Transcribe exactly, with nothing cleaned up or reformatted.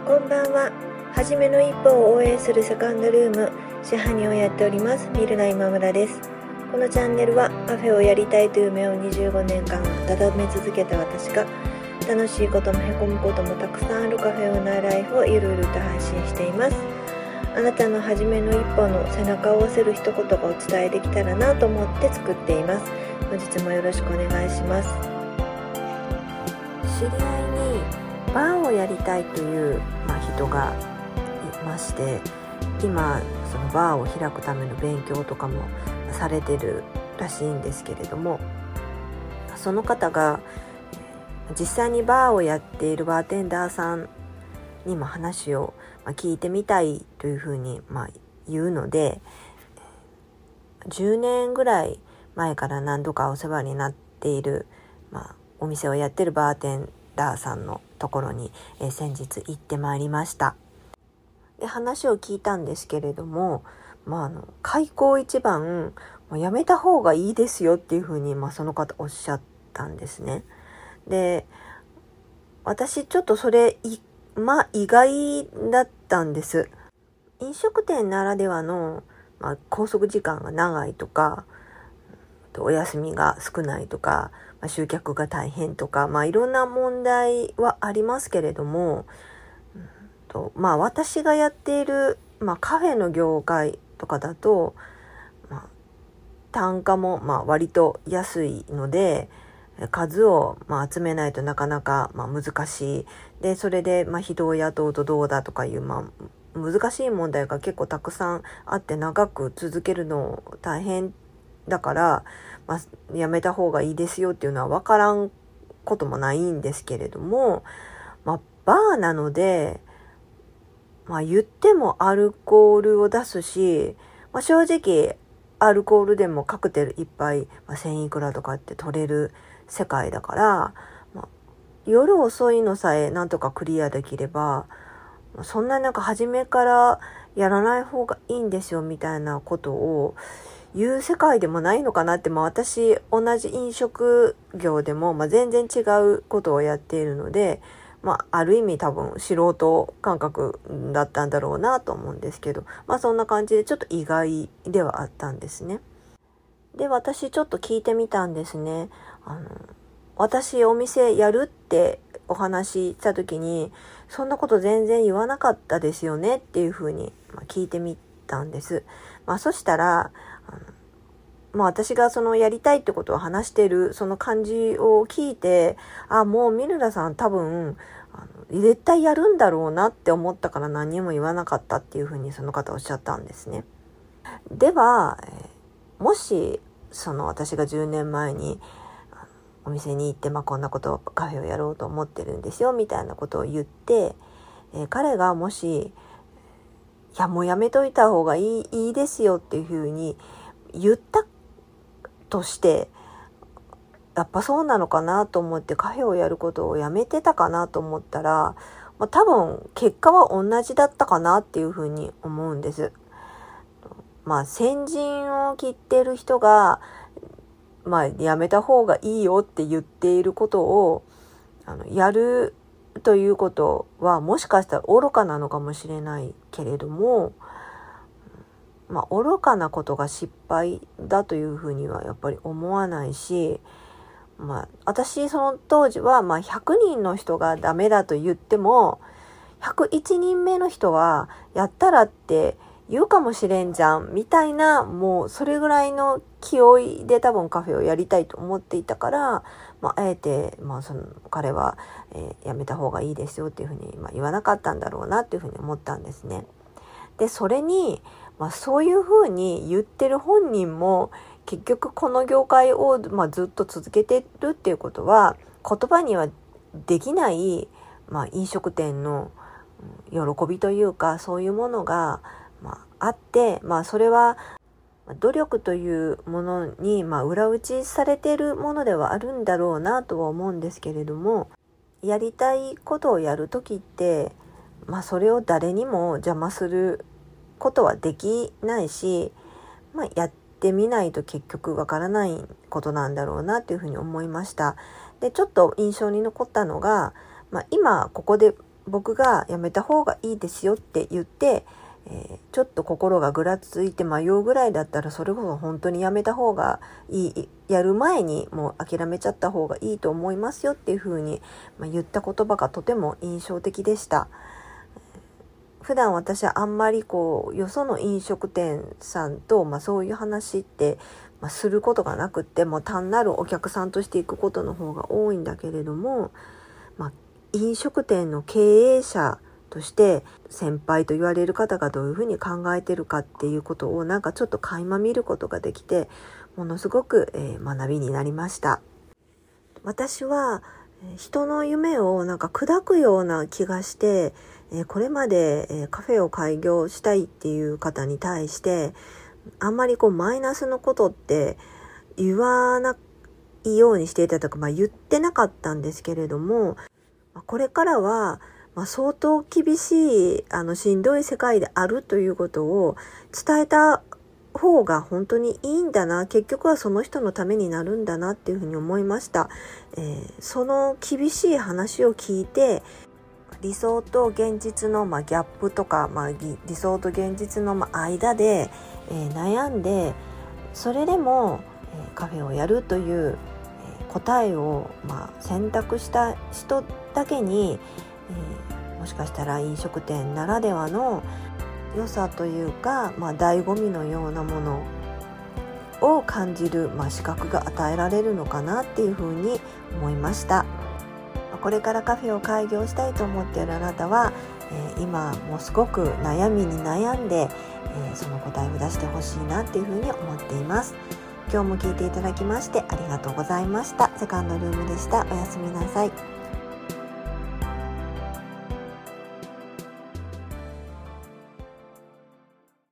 こんばんは。はじめの一歩を応援するセカンドルーム支配人をやっておりますミルナ今村です。このチャンネルはカフェをやりたいという夢をにじゅうごねんかん温め続けた私が楽しいこともへこむこともたくさんあるカフェオーナーライフをゆるゆると配信しています。あなたのはじめの一歩の背中を押せる一言がお伝えできたらなと思って作っています。本日もよろしくお願いします。知り合いにバーをやりたいという、まあ、人がいまして、今そのバーを開くための勉強とかもされてるらしいんですけれども、その方が実際にバーをやっているバーテンダーさんにも話を聞いてみたいというふうにまあ言うので、じゅうねんぐらい前から何度かお世話になっている、まあ、お店をやってるバーテンダーさんのところに、えー、先日行ってまいりました。で話を聞いたんですけれども、まあ、あの開口一番もうやめた方がいいですよっていうふうに、まあ、その方おっしゃったんですね。で私ちょっとそれいまあ意外だったんです。飲食店ならではの、まあ、拘束時間が長いとか、お休みが少ないとか、まあ、集客が大変とか、まあ、いろんな問題はありますけれども、うんとまあ、私がやっている、まあ、カフェの業界とかだと、まあ、単価もまあ割と安いので、数をまあ集めないとなかなかまあ難しい。で、それでまあ人を雇うとどうだとかいうまあ難しい問題が結構たくさんあって長く続けるの大変だから、まあ、やめた方がいいですよっていうのは分からんこともないんですけれども、まあ、バーなので、まあ、言ってもアルコールを出すし、まあ、正直アルコールでもカクテル一杯、まあ、せんいくらとかって取れる世界だから、まあ、夜遅いのさえなんとかクリアできれば、そんななんか初めからやらない方がいいんですよみたいなことを言う世界でもないのかなって、まあ、私同じ飲食業でも、まあ、全然違うことをやっているので、まあ、ある意味多分素人感覚だったんだろうなと思うんですけど、まあ、そんな感じでちょっと意外ではあったんですね。で私ちょっと聞いてみたんですね。あの私お店やるってお話しした時にそんなこと全然言わなかったですよねっていうふうに聞いてみたんです。まあ、そしたらあの、まあ、私がそのやりたいってことを話してるその感じを聞いて、あもうミルダさん多分あの絶対やるんだろうなって思ったから何も言わなかったっていうふうにその方おっしゃったんですね。では、えー、もしその私がじゅうねんまえにお店に行って、まあ、こんなことカフェをやろうと思ってるんですよみたいなことを言って、えー、彼がもしいやもうやめといた方がいい、いいですよっていうふうに言ったとしてやっぱそうなのかなと思ってカフェをやることをやめてたかなと思ったら、まあ、多分結果は同じだったかなっていうふうに思うんです。まあ先陣を切ってる人がまあやめた方がいいよって言っていることをあのやるということはもしかしたら愚かなのかもしれないけれども、まあ愚かなことが失敗だというふうにはやっぱり思わないし、まあ私その当時はまあひゃくにんの人がダメだと言ってもひゃくいちにんめの人はやったらって言うかもしれんじゃんみたいな、もうそれぐらいの気負いで多分カフェをやりたいと思っていたから、まあ、あえて、まあ、その彼は、えー、やめた方がいいですよっていうふうに、まあ、言わなかったんだろうなっていうふうに思ったんですね。でそれに、まあ、そういうふうに言ってる本人も結局この業界を、まあ、ずっと続けてるっていうことは言葉にはできない、まあ、飲食店の喜びというかそういうものがまあ、あって、まあ、それは努力というものに、まあ、裏打ちされているものではあるんだろうなとは思うんですけれども、やりたいことをやるときって、まあ、それを誰にも邪魔することはできないし、まあ、やってみないと結局わからないことなんだろうなというふうに思いました。で、ちょっと印象に残ったのが、まあ、今ここで僕がやめた方がいいですよって言って、えー、ちょっと心がぐらついて迷うぐらいだったら、それこそ本当にやめた方がいい、やる前にもう諦めちゃった方がいいと思いますよっていう風に、まあ、言った言葉がとても印象的でした。普段私はあんまりこうよその飲食店さんと、まあ、そういう話って、まあ、することがなくって、もう単なるお客さんとして行くことの方が多いんだけれども、まあ、飲食店の経営者として先輩と言われる方がどういうふうに考えてるかっていうことをなんかちょっと垣間見ることができて、ものすごく、えー、学びになりました。私は人の夢をなんか砕くような気がして、えー、これまで、えー、カフェを開業したいっていう方に対してあんまりこうマイナスのことって言わないようにしていたとか、まあ、言ってなかったんですけれども、これからはまあ、相当厳しいあのしんどい世界であるということを伝えた方が本当にいいんだな、結局はその人のためになるんだなっていうふうに思いました。えー、その厳しい話を聞いて理想と現実のまあギャップとか、まあ、理想と現実のまあ間で、えー、悩んで、それでも、えー、カフェをやるという、えー、答えをまあ選択した人だけに、えー、もしかしたら飲食店ならではの良さというか、まあ、醍醐味のようなものを感じる、まあ、資格が与えられるのかなっていうふうに思いました。これからカフェを開業したいと思っているあなたは、えー、今もうすごく悩みに悩んで、えー、その答えを出してほしいなっていうふうに思っています。今日も聞いていただきましてありがとうございました。セカンドルームでした。おやすみなさい。